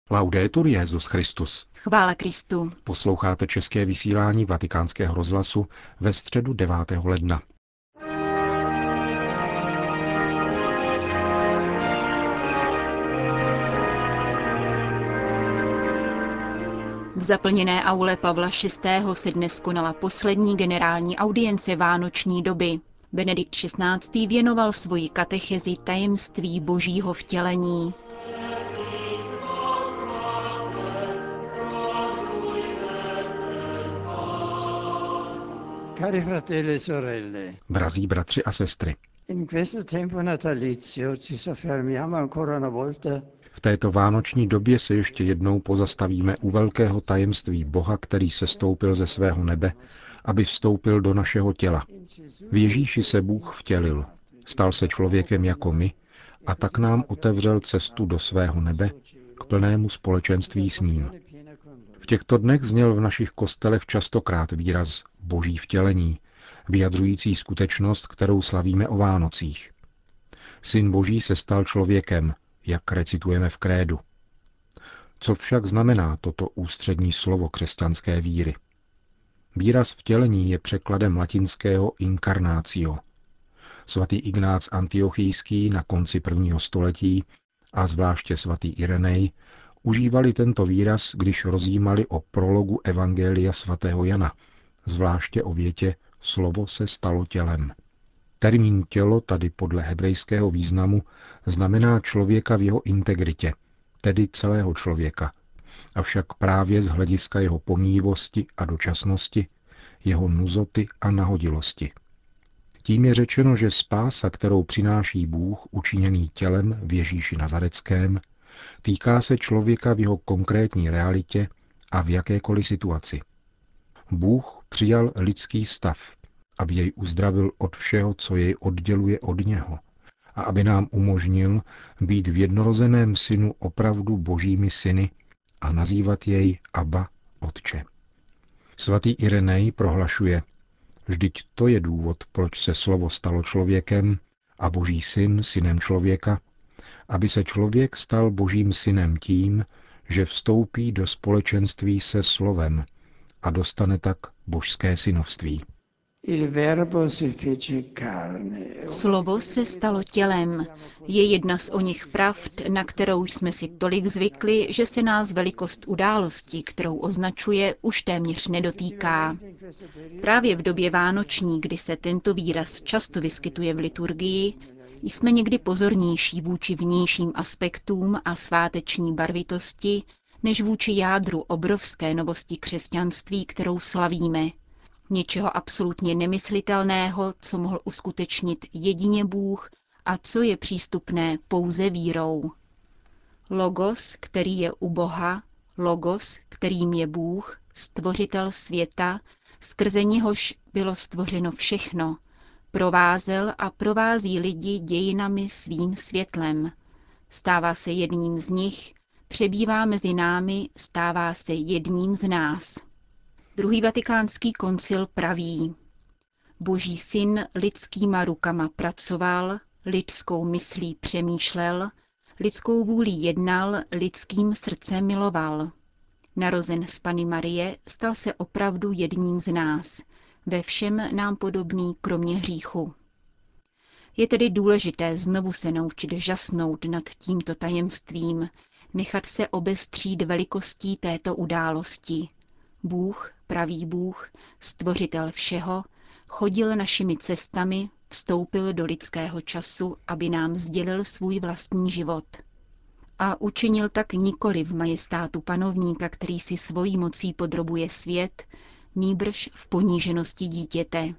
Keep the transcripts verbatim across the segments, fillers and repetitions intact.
Laudetur Jesus Christus. Chvála Kristu. Posloucháte české vysílání Vatikánského rozhlasu ve středu devátého ledna. V zaplněné aule Pavla šestého. se dnes konala poslední generální audience vánoční doby. Benedikt šestnáctý. věnoval svoji katechezi tajemství Božího vtělení. Cari fratelli e sorelle, Drazí bratři a sestry, in questo tempo natalizio ci soffermiamo ancora una volta v této vánoční době se ještě jednou pozastavíme u velkého tajemství Boha, který sestoupil ze svého nebe, aby vstoupil do našeho těla. V Ježíši se Bůh vtělil, stal se člověkem jako my a tak nám otevřel cestu do svého nebe k plnému společenství s ním. V těchto dnech zněl v našich kostelech častokrát výraz Boží vtělení, vyjadřující skutečnost, kterou slavíme o Vánocích. Syn Boží se stal člověkem, jak recitujeme v krédu. Co však znamená toto ústřední slovo křesťanské víry? Výraz vtělení je překladem latinského incarnatio. Svatý Ignác Antiochijský na konci prvního století a zvláště svatý Irenej užívali tento výraz, když rozjímali o prologu Evangelia svatého Jana, zvláště o větě slovo se stalo tělem. Termín tělo tady podle hebrejského významu znamená člověka v jeho integritě, tedy celého člověka, avšak právě z hlediska jeho pomíjivosti a dočasnosti, jeho nuzoty a nahodilosti. Tím je řečeno, že spása, kterou přináší Bůh učiněný tělem v Ježíši Nazareckém, týká se člověka v jeho konkrétní realitě a v jakékoliv situaci. Bůh přijal lidský stav, aby jej uzdravil od všeho, co jej odděluje od něho, a aby nám umožnil být v jednorozeném synu opravdu božími syny a nazývat jej Abba, Otče. Svatý Irenej prohlašuje: vždyť to je důvod, proč se slovo stalo člověkem a boží syn synem člověka, aby se člověk stal božím synem tím, že vstoupí do společenství se slovem a dostane tak božské synovství. Slovo se stalo tělem. Je jedna z oněch pravd, na kterou jsme si tolik zvykli, že se nás velikost události, kterou označuje, už téměř nedotýká. Právě v době vánoční, kdy se tento výraz často vyskytuje v liturgii, jsme někdy pozornější vůči vnějším aspektům a sváteční barvitosti, než vůči jádru obrovské novosti křesťanství, kterou slavíme. Něčeho absolutně nemyslitelného, co mohl uskutečnit jedině Bůh a co je přístupné pouze vírou. Logos, který je u Boha, Logos, kterým je Bůh, stvořitel světa, skrze něhož bylo stvořeno všechno, provázel a provází lidi dějinami svým světlem. Stává se jedním z nich, přebývá mezi námi, stává se jedním z nás. Druhý vatikánský koncil praví: Boží syn lidskýma rukama pracoval, lidskou myslí přemýšlel, lidskou vůlí jednal, lidským srdcem miloval. Narozen z Panny Marie, stal se opravdu jedním z nás, ve všem nám podobný kromě hříchu. Je tedy důležité znovu se naučit žasnout nad tímto tajemstvím, nechat se obestřít velikostí této události. Bůh, pravý Bůh, stvořitel všeho, chodil našimi cestami, vstoupil do lidského času, aby nám sdělil svůj vlastní život. A učinil tak nikoli v majestátu panovníka, který si svojí mocí podrobuje svět, nýbrž v poníženosti dítěte.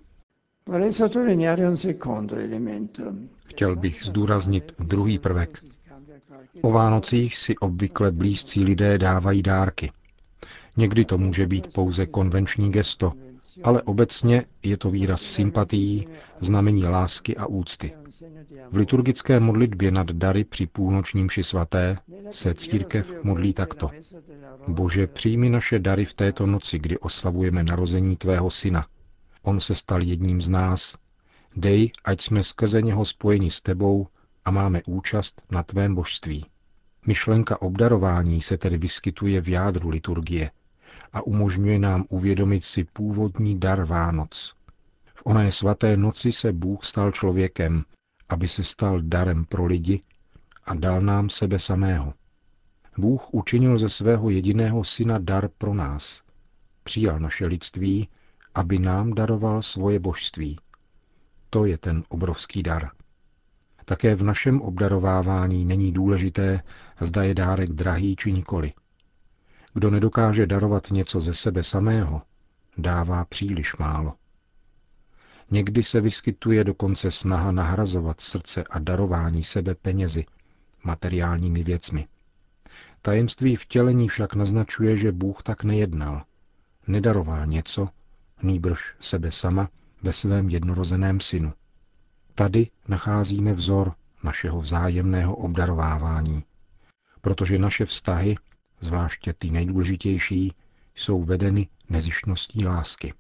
Chtěl bych zdůraznit druhý prvek. O Vánocích si obvykle blízcí lidé dávají dárky. Někdy to může být pouze konvenční gesto, ale obecně je to výraz sympatií, znamení lásky a úcty. V liturgické modlitbě nad dary při půlnoční mši svaté se církev modlí takto: Bože, přijmi naše dary v této noci, kdy oslavujeme narození tvého syna. On se stal jedním z nás. Dej, ať jsme skrze něho spojeni s tebou a máme účast na tvém božství. Myšlenka obdarování se tedy vyskytuje v jádru liturgie a umožňuje nám uvědomit si původní dar Vánoc. V oné svaté noci se Bůh stal člověkem, aby se stal darem pro lidi a dal nám sebe samého. Bůh učinil ze svého jediného syna dar pro nás. Přijal naše lidství, aby nám daroval svoje božství. To je ten obrovský dar. Také v našem obdarovávání není důležité, zda je dárek drahý či nikoli. Kdo nedokáže darovat něco ze sebe samého, dává příliš málo. Někdy se vyskytuje dokonce snaha nahrazovat srdce a darování sebe penězi, materiálními věcmi. Tajemství vtělení však naznačuje, že Bůh tak nejednal. Nedaroval něco, nýbrž sebe sama ve svém jednorozeném synu. Tady nacházíme vzor našeho vzájemného obdarovávání, protože naše vztahy, zvláště ty nejdůležitější, jsou vedeny nezištností lásky.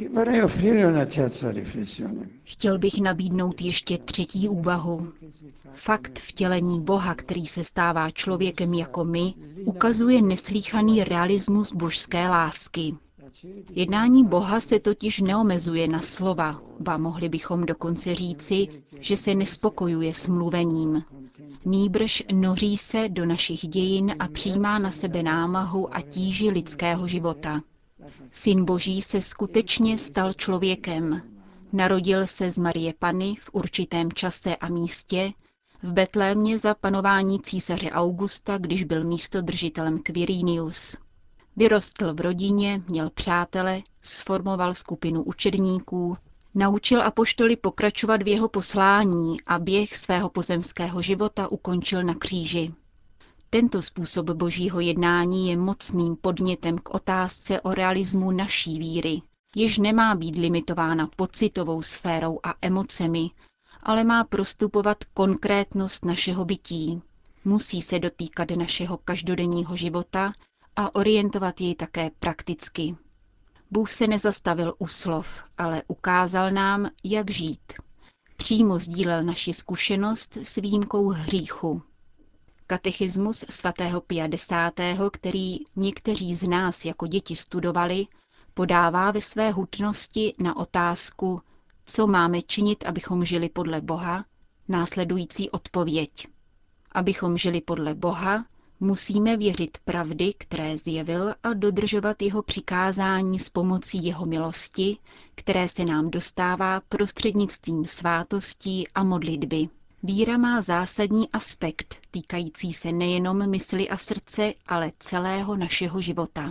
Chtěl bych nabídnout ještě třetí úvahu. Fakt vtělení Boha, který se stává člověkem jako my, ukazuje neslýchaný realismus božské lásky. Jednání Boha se totiž neomezuje na slova, ba mohli bychom dokonce říci, že se nespokojuje s mluvením. Nýbrž noří se do našich dějin a přijímá na sebe námahu a tíži lidského života. Syn Boží se skutečně stal člověkem. Narodil se z Marie Panny v určitém čase a místě, v Betlémě za panování císaře Augusta, když byl místodržitelem Quirinius. Vyrostl v rodině, měl přátele, sformoval skupinu učedníků, naučil apoštoly pokračovat v jeho poslání a běh svého pozemského života ukončil na kříži. Tento způsob božího jednání je mocným podnětem k otázce o realismu naší víry, jež nemá být limitována pocitovou sférou a emocemi, ale má prostupovat konkrétnost našeho bytí. Musí se dotýkat našeho každodenního života a orientovat jej také prakticky. Bůh se nezastavil u slov, ale ukázal nám, jak žít. Přímo sdílel naši zkušenost s výjimkou hříchu. Katechismus svatého Pia desátého, který někteří z nás jako děti studovali, podává ve své hutnosti na otázku, co máme činit, abychom žili podle Boha, následující odpověď. Abychom žili podle Boha, musíme věřit pravdy, které zjevil, a dodržovat jeho přikázání s pomocí jeho milosti, které se nám dostává prostřednictvím svátostí a modlitby. Víra má zásadní aspekt, týkající se nejenom mysli a srdce, ale celého našeho života.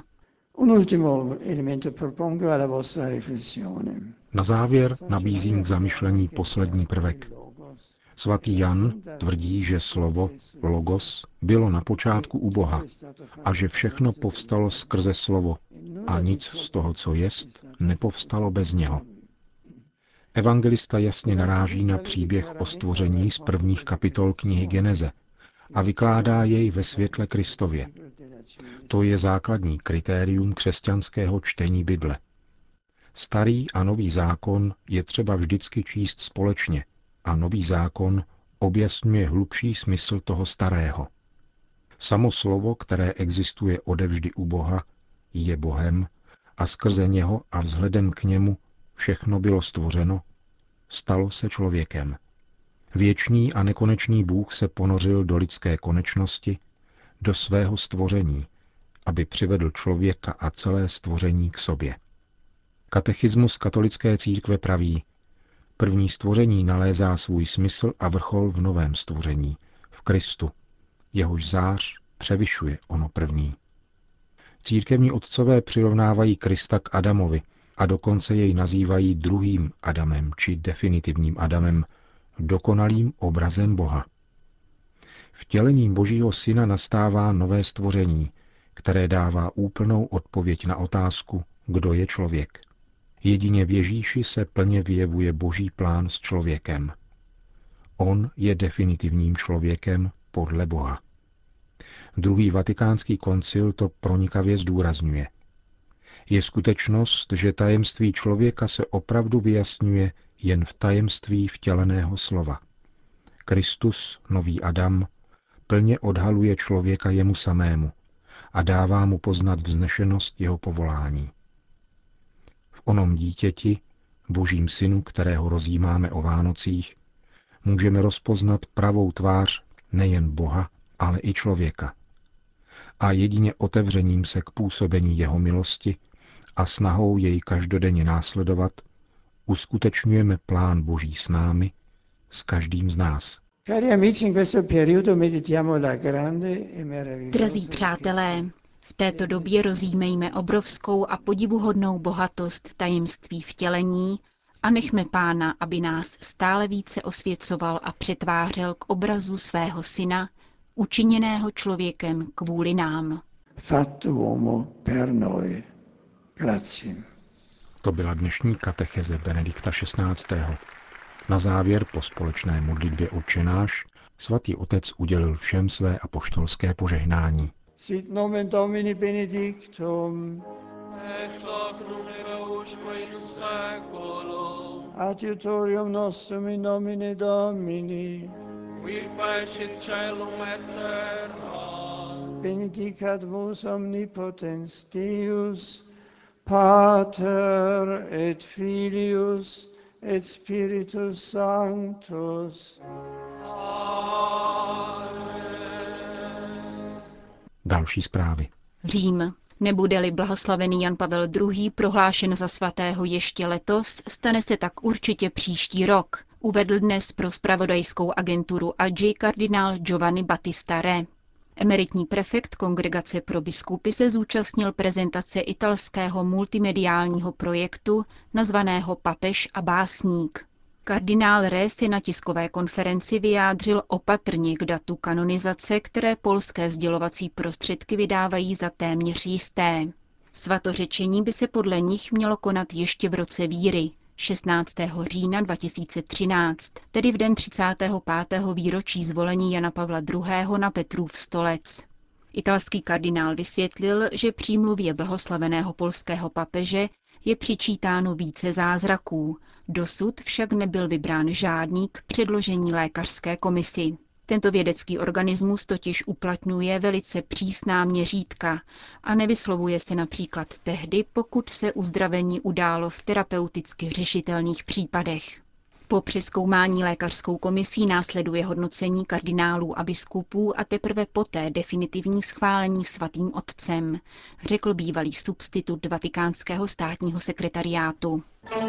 Na závěr nabízím k zamyšlení poslední prvek. Svatý Jan tvrdí, že slovo, logos, bylo na počátku u Boha a že všechno povstalo skrze slovo a nic z toho, co jest, nepovstalo bez něho. Evangelista jasně naráží na příběh o stvoření z prvních kapitol knihy Geneze a vykládá jej ve světle Kristově. To je základní kritérium křesťanského čtení Bible. Starý a nový zákon je třeba vždycky číst společně a nový zákon objasňuje hlubší smysl toho starého. Samo slovo, které existuje odevždy u Boha, je Bohem a skrze něho a vzhledem k němu všechno bylo stvořeno, stalo se člověkem. Věčný a nekonečný Bůh se ponořil do lidské konečnosti, do svého stvoření, aby přivedl člověka a celé stvoření k sobě. Katechismus katolické církve praví, první stvoření nalézá svůj smysl a vrchol v novém stvoření, v Kristu, jehož zář převyšuje ono první. Církevní otcové přirovnávají Krista k Adamovi a dokonce jej nazývají druhým Adamem či definitivním Adamem, dokonalým obrazem Boha. Vtělením Božího Syna nastává nové stvoření, které dává úplnou odpověď na otázku, kdo je člověk. Jedině v Ježíši se plně vyjevuje Boží plán s člověkem. On je definitivním člověkem podle Boha. Druhý vatikánský koncil to pronikavě zdůrazňuje. Je skutečnost, že tajemství člověka se opravdu vyjasňuje jen v tajemství vtěleného slova. Kristus, nový Adam, plně odhaluje člověka jemu samému a dává mu poznat vznešenost jeho povolání. V onom dítěti, Božím synu, kterého rozjímáme o Vánocích, můžeme rozpoznat pravou tvář nejen Boha, ale i člověka. A jedině otevřením se k působení jeho milosti a snahou jej každodenně následovat, uskutečňujeme plán Boží s námi, s každým z nás. Drazí přátelé, v této době rozjímejme obrovskou a podivuhodnou bohatost tajemství vtělení a nechme Pána, aby nás stále více osvěcoval a přetvářel k obrazu svého syna, učiněného člověkem kvůli nám. Fatto uomo per noi. Grazie. To byla dnešní katecheze Benedikta šestnáctého. Na závěr po společné modlitbě Otče náš svatý otec udělil všem své apoštolské požehnání. Sit nomen Domini benedictum. Ex hoc nunc et usque in saeculum. Adiutorium nostrum in nomine Domini. Qui fecit caelum et terra. Benedicat vos omnipotens Deus, Pater et Filius et Spiritus Sanctus. Amen. Další zprávy. Řím. Nebude-li blahoslavený Jan Pavel druhý. prohlášen za svatého ještě letos, stane se tak určitě příští rok, uvedl dnes pro zpravodajskou agenturu A G I kardinál Giovanni Battista Re. Emeritní prefekt Kongregace pro biskupy se zúčastnil prezentace italského multimediálního projektu nazvaného Papež a básník. Kardinál Re se na tiskové konferenci vyjádřil opatrně k datu kanonizace, které polské sdělovací prostředky vydávají za téměř jisté. Svatořečení by se podle nich mělo konat ještě v roce víry, šestnáctého října dva tisíce třináct, tedy v den třicátého pátého výročí zvolení Jana Pavla druhého. na Petrův stolec. Italský kardinál vysvětlil, že přímluvě blahoslaveného polského papeže je přičítáno více zázraků, dosud však nebyl vybrán žádný k předložení lékařské komisi. Tento vědecký organismus totiž uplatňuje velice přísná měřítka a nevyslovuje se například tehdy, pokud se uzdravení událo v terapeuticky řešitelných případech. Po přezkoumání lékařskou komisí následuje hodnocení kardinálů a biskupů a teprve poté definitivní schválení svatým otcem, řekl bývalý substitut vatikánského státního sekretariátu.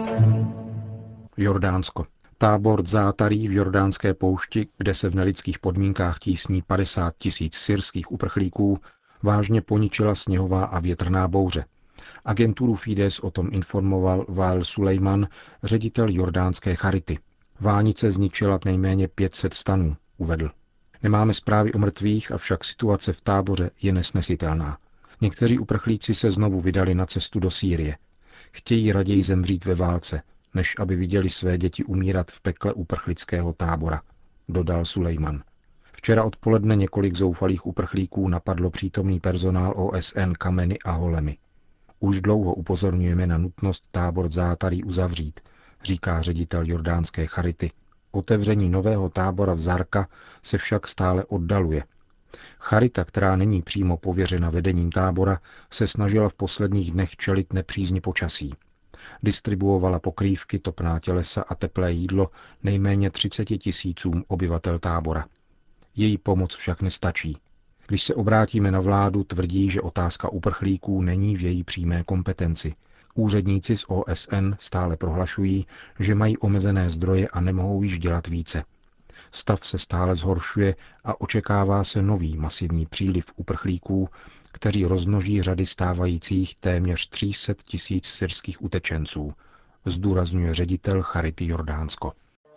Jordánsko. Tábor Zátarí v jordánské poušti, kde se v nelidských podmínkách tísní padesát tisíc syrských uprchlíků, vážně poničila sněhová a větrná bouře. Agenturu Fides o tom informoval Wael Sulejman, ředitel jordánské charity. Vánice zničila nejméně pět set stanů, uvedl. Nemáme zprávy o mrtvých, avšak situace v táboře je nesnesitelná. Někteří uprchlíci se znovu vydali na cestu do Sýrie. Chtějí raději zemřít ve válce, než aby viděli své děti umírat v pekle uprchlického tábora, dodal Sulejman. Včera odpoledne několik zoufalých uprchlíků napadlo přítomný personál O S N kameny a holemi. Už dlouho upozorňujeme na nutnost tábor Zátarí uzavřít, říká ředitel jordánské charity. Otevření nového tábora v Zarka se však stále oddaluje. Charita, která není přímo pověřena vedením tábora, se snažila v posledních dnech čelit nepřízni počasí. Distribuovala pokrývky, topná tělesa a teplé jídlo nejméně třiceti tisícům obyvatel tábora. Její pomoc však nestačí. Když se obrátíme na vládu, tvrdí, že otázka uprchlíků není v její přímé kompetenci. Úředníci z O S N stále prohlašují, že mají omezené zdroje a nemohou již dělat více. Stav se stále zhoršuje a očekává se nový masivní příliv uprchlíků, kteří rozmnoží řady stávajících téměř tři sta tisíc syrských utečenců, zdůrazňuje ředitel Charity Jordánsko.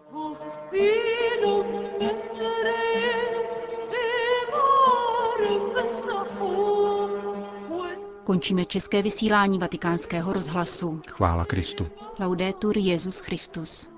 Končíme české vysílání Vatikánského rozhlasu. Chvála Kristu. Laudetur Jesus Christus.